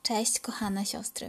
Cześć, kochane siostry.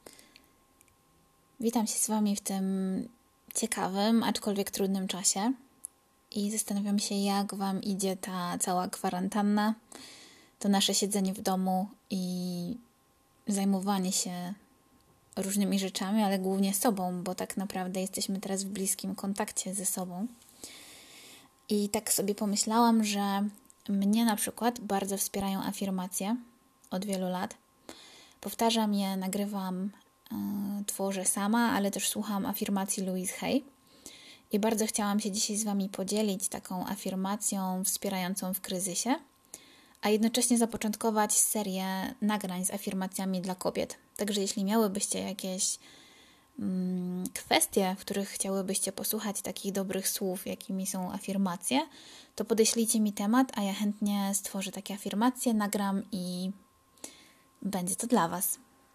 Witam się z Wami w tym ciekawym, aczkolwiek trudnym czasie i zastanawiam się, jak Wam idzie ta cała kwarantanna, to nasze siedzenie w domu i zajmowanie się różnymi rzeczami, ale głównie sobą, bo tak naprawdę jesteśmy teraz w bliskim kontakcie ze sobą. I tak sobie pomyślałam, że mnie na przykład bardzo wspierają afirmacje od wielu lat. Powtarzam je, nagrywam, tworzę sama, ale też słucham afirmacji Louise Hay. I bardzo chciałam się dzisiaj z Wami podzielić taką afirmacją wspierającą w kryzysie, a jednocześnie zapoczątkować serię nagrań z afirmacjami dla kobiet. Także jeśli miałybyście jakieś kwestie, w których chciałybyście posłuchać takich dobrych słów, jakimi są afirmacje, to podeślijcie mi temat, a ja chętnie stworzę takie afirmacje, nagram i będzie to dla Was.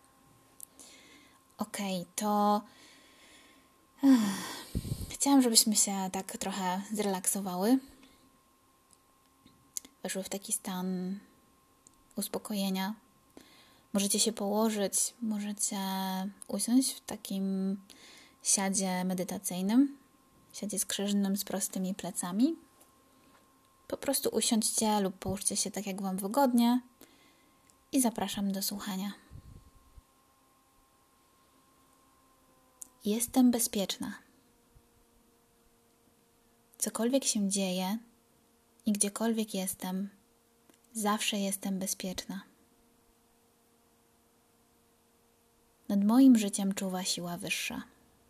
Okej, to chciałam, żebyśmy się tak trochę zrelaksowały. Weszły w taki stan uspokojenia. Możecie się położyć, możecie usiąść w takim siadzie medytacyjnym, siadzie skrzyżnym z prostymi plecami. Po prostu usiądźcie lub połóżcie się tak, jak Wam wygodnie i zapraszam do słuchania. Jestem bezpieczna. Cokolwiek się dzieje i gdziekolwiek jestem, zawsze jestem bezpieczna. Nad moim życiem czuwa siła wyższa.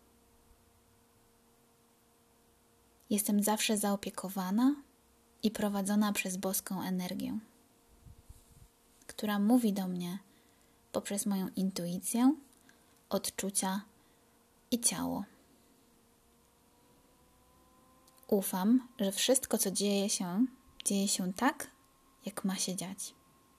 Jestem zawsze zaopiekowana i prowadzona przez boską energię, która mówi do mnie poprzez moją intuicję, odczucia i ciało. Ufam, że wszystko, co dzieje się tak, jak ma się dziać.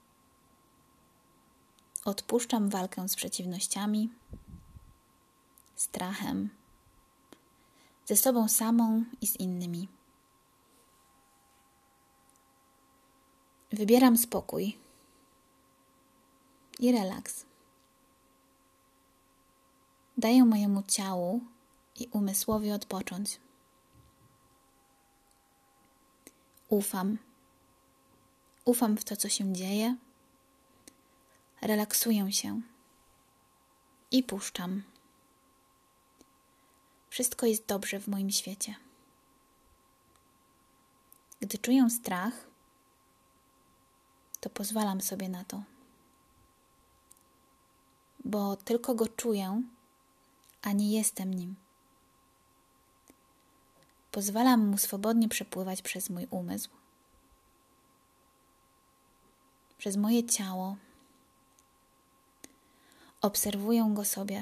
Odpuszczam walkę z przeciwnościami, strachem, ze sobą samą i z innymi. Wybieram spokój i relaks. Daję mojemu ciału i umysłowi odpocząć. Ufam w to, co się dzieje. Relaksuję się i puszczam. Wszystko jest dobrze w moim świecie. Gdy czuję strach, to pozwalam sobie na to, bo tylko go czuję, a nie jestem nim. Pozwalam mu swobodnie przepływać przez mój umysł, przez moje ciało. Obserwuję go sobie.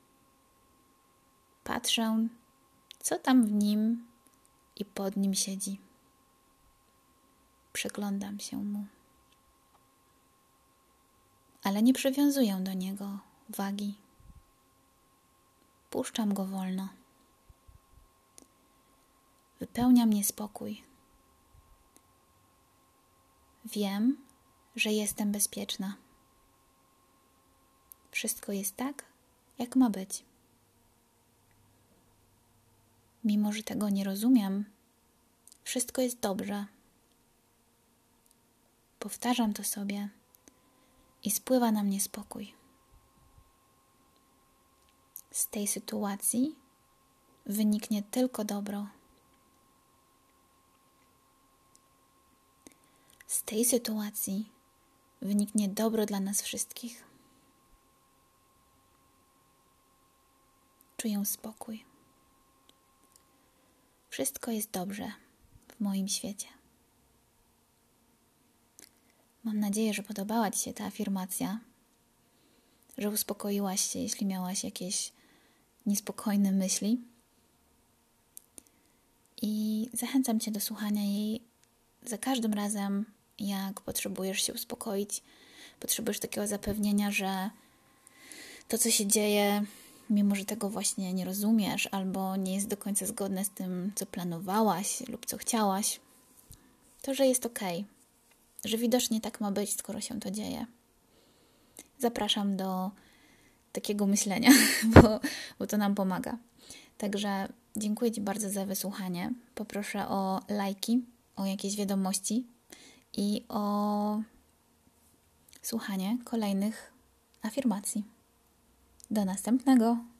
Patrzę, co tam w nim i pod nim siedzi. Przyglądam się mu. Ale nie przywiązuję do niego wagi. Puszczam go wolno. Wypełnia mnie spokój. Wiem, że jestem bezpieczna. Wszystko jest tak, jak ma być. Mimo że tego nie rozumiem, wszystko jest dobrze. Powtarzam to sobie i spływa na mnie spokój. Z tej sytuacji wyniknie tylko dobro. Z tej sytuacji wyniknie dobro dla nas wszystkich. Czuję spokój. Wszystko jest dobrze w moim świecie. Mam nadzieję, że podobała Ci się ta afirmacja, że uspokoiłaś się, jeśli miałaś jakieś niespokojne myśli. I zachęcam Cię do słuchania jej za każdym razem, jak potrzebujesz się uspokoić, potrzebujesz takiego zapewnienia, że to, co się dzieje, mimo że tego właśnie nie rozumiesz albo nie jest do końca zgodne z tym, co planowałaś lub co chciałaś, to, że jest okej, że widocznie tak ma być, skoro się to dzieje. zapraszam do takiego myślenia, bo to nam pomaga. Także dziękuję Ci bardzo za wysłuchanie. Poproszę o lajki, o jakieś wiadomości i o słuchanie kolejnych afirmacji. Do następnego!